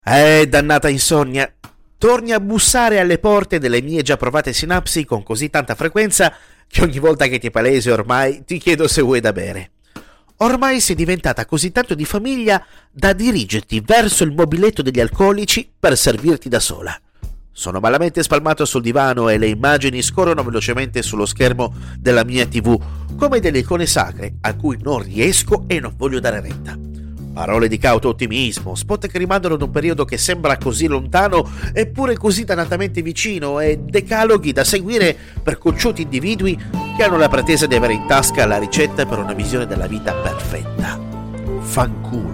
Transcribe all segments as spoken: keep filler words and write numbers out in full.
Eh, dannata insonnia, torni a bussare alle porte delle mie già provate sinapsi con così tanta frequenza che ogni volta che ti palesi ormai ti chiedo se vuoi da bere. Ormai sei diventata così tanto di famiglia da dirigerti verso il mobiletto degli alcolici per servirti da sola. Sono malamente spalmato sul divano e le immagini scorrono velocemente sullo schermo della mia tivù come delle icone sacre a cui non riesco e non voglio dare retta. Parole di cauto ottimismo, spot che rimandano ad un periodo che sembra così lontano eppure così dannatamente vicino, e decaloghi da seguire per cocciuti individui che hanno la pretesa di avere in tasca la ricetta per una visione della vita perfetta. Fanculo.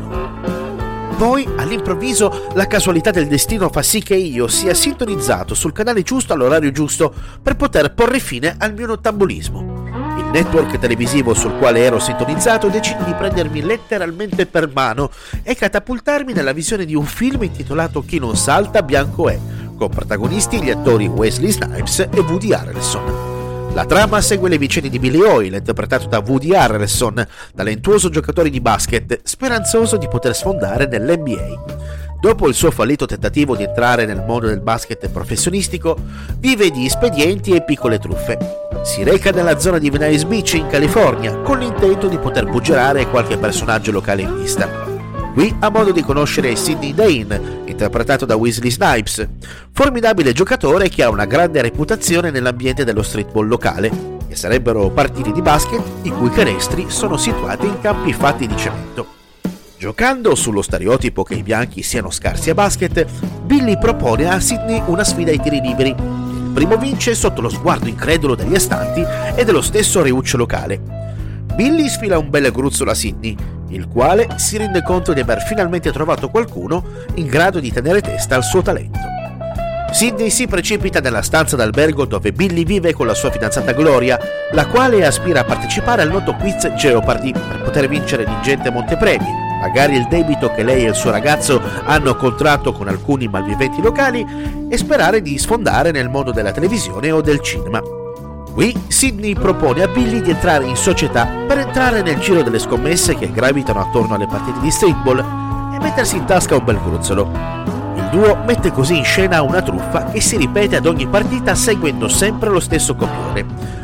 Poi, all'improvviso, la casualità del destino fa sì che io sia sintonizzato sul canale giusto all'orario giusto per poter porre fine al mio nottambulismo. Il network televisivo sul quale ero sintonizzato decide di prendermi letteralmente per mano e catapultarmi nella visione di un film intitolato Chi non salta bianco è, con protagonisti gli attori Wesley Snipes e Woody Harrelson. La trama segue le vicende di Billy Hoyle, interpretato da Woody Harrelson, talentuoso giocatore di basket, speranzoso di poter sfondare nell'N B A. Dopo il suo fallito tentativo di entrare nel mondo del basket professionistico, vive di espedienti e piccole truffe. Si reca nella zona di Venice Beach in California con l'intento di poter bugerare qualche personaggio locale in vista. Qui ha modo di conoscere Sidney Dane, interpretato da Wesley Snipes, formidabile giocatore che ha una grande reputazione nell'ambiente dello streetball locale, che sarebbero partite di basket i cui canestri sono situati in campi fatti di cemento. Giocando sullo stereotipo che i bianchi siano scarsi a basket, Billy propone a Sidney una sfida ai tiri liberi. Il primo vince sotto lo sguardo incredulo degli astanti e dello stesso reuccio locale. Billy sfila un bel gruzzolo a Sidney, il quale si rende conto di aver finalmente trovato qualcuno in grado di tenere testa al suo talento. Sidney si precipita nella stanza d'albergo dove Billy vive con la sua fidanzata Gloria, la quale aspira a partecipare al noto quiz Jeopardy per poter vincere l'ingente montepremi, pagare il debito che lei e il suo ragazzo hanno contratto con alcuni malviventi locali e sperare di sfondare nel mondo della televisione o del cinema. Qui Sidney propone a Billy di entrare in società per entrare nel giro delle scommesse che gravitano attorno alle partite di streetball e mettersi in tasca un bel gruzzolo. Il duo mette così in scena una truffa che si ripete ad ogni partita seguendo sempre lo stesso copione.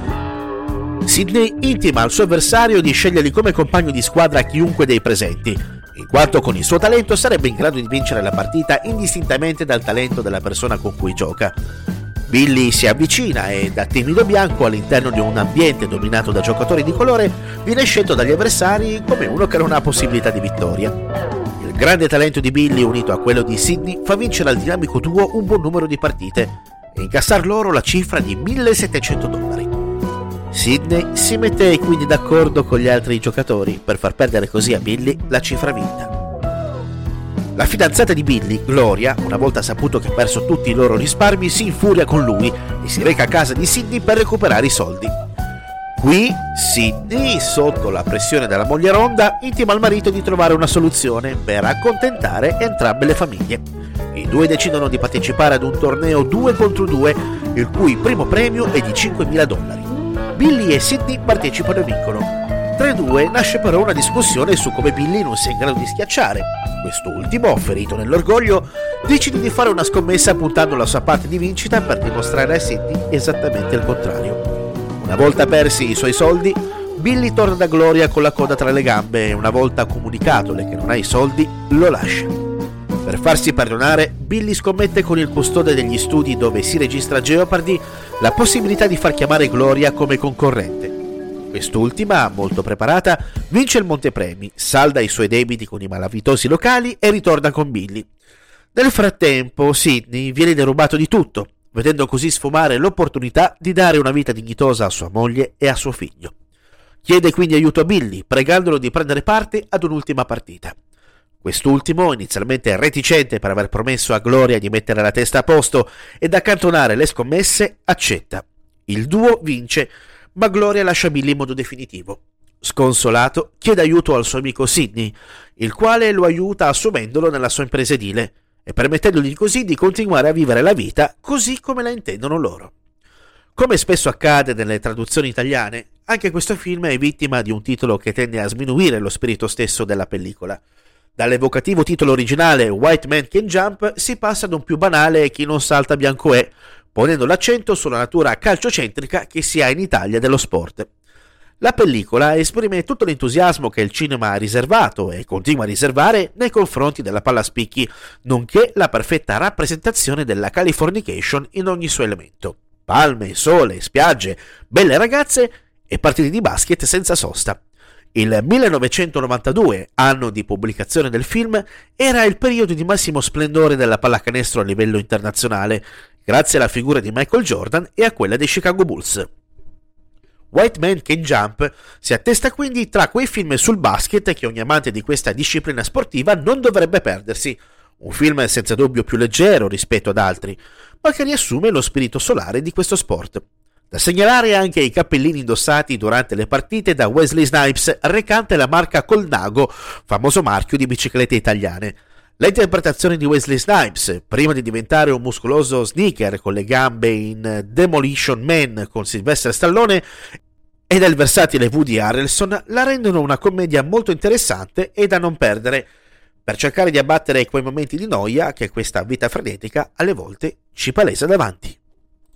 Sidney intima al suo avversario di scegliergli come compagno di squadra chiunque dei presenti, in quanto con il suo talento sarebbe in grado di vincere la partita indistintamente dal talento della persona con cui gioca. Billy si avvicina e, da timido bianco all'interno di un ambiente dominato da giocatori di colore, viene scelto dagli avversari come uno che non ha possibilità di vittoria. Il grande talento di Billy, unito a quello di Sidney, fa vincere al dinamico duo un buon numero di partite e incassar loro la cifra di millesettecento dollari. Sidney si mette quindi d'accordo con gli altri giocatori per far perdere così a Billy la cifra vinta. La fidanzata di Billy, Gloria, una volta saputo che ha perso tutti i loro risparmi, si infuria con lui e si reca a casa di Sidney per recuperare i soldi. Qui Sidney, sotto la pressione della moglie ronda, intima al marito di trovare una soluzione per accontentare entrambe le famiglie. I due decidono di partecipare ad un torneo due contro due, il cui primo premio è di cinquemila dollari. Billy e Sidney partecipano e vincono. Tra i due nasce però una discussione su come Billy non sia in grado di schiacciare. Quest'ultimo, ferito nell'orgoglio, decide di fare una scommessa puntando la sua parte di vincita per dimostrare a Sidney esattamente il contrario. Una volta persi i suoi soldi, Billy torna da Gloria con la coda tra le gambe e una volta comunicatole che non ha i soldi, lo lascia. Per farsi perdonare, Billy scommette con il custode degli studi dove si registra Jeopardy la possibilità di far chiamare Gloria come concorrente. Quest'ultima, molto preparata, vince il montepremi, salda i suoi debiti con i malavitosi locali e ritorna con Billy. Nel frattempo, Sidney viene derubato di tutto, vedendo così sfumare l'opportunità di dare una vita dignitosa a sua moglie e a suo figlio. Chiede quindi aiuto a Billy, pregandolo di prendere parte ad un'ultima partita. Quest'ultimo, inizialmente reticente per aver promesso a Gloria di mettere la testa a posto ed accantonare le scommesse, accetta. Il duo vince, ma Gloria lascia Billy in modo definitivo. Sconsolato, chiede aiuto al suo amico Sidney, il quale lo aiuta assumendolo nella sua impresa edile e permettendogli così di continuare a vivere la vita così come la intendono loro. Come spesso accade nelle traduzioni italiane, anche questo film è vittima di un titolo che tende a sminuire lo spirito stesso della pellicola. Dall'evocativo titolo originale White Man Can Jump si passa ad un più banale Chi non salta bianco è, ponendo l'accento sulla natura calciocentrica che si ha in Italia dello sport. La pellicola esprime tutto l'entusiasmo che il cinema ha riservato e continua a riservare nei confronti della pallaspicchi, nonché la perfetta rappresentazione della Californication in ogni suo elemento. Palme, sole, spiagge, belle ragazze e partite di basket senza sosta. Il millenovecentonovantadue, anno di pubblicazione del film, era il periodo di massimo splendore della pallacanestro a livello internazionale, grazie alla figura di Michael Jordan e a quella dei Chicago Bulls. White Man Can Jump si attesta quindi tra quei film sul basket che ogni amante di questa disciplina sportiva non dovrebbe perdersi, un film senza dubbio più leggero rispetto ad altri, ma che riassume lo spirito solare di questo sport. Da segnalare anche i cappellini indossati durante le partite da Wesley Snipes, recante la marca Colnago, famoso marchio di biciclette italiane. La interpretazione di Wesley Snipes, prima di diventare un muscoloso sneaker con le gambe in Demolition Man con Sylvester Stallone, e del versatile Woody Harrelson, la rendono una commedia molto interessante e da non perdere, per cercare di abbattere quei momenti di noia che questa vita frenetica alle volte ci palesa davanti.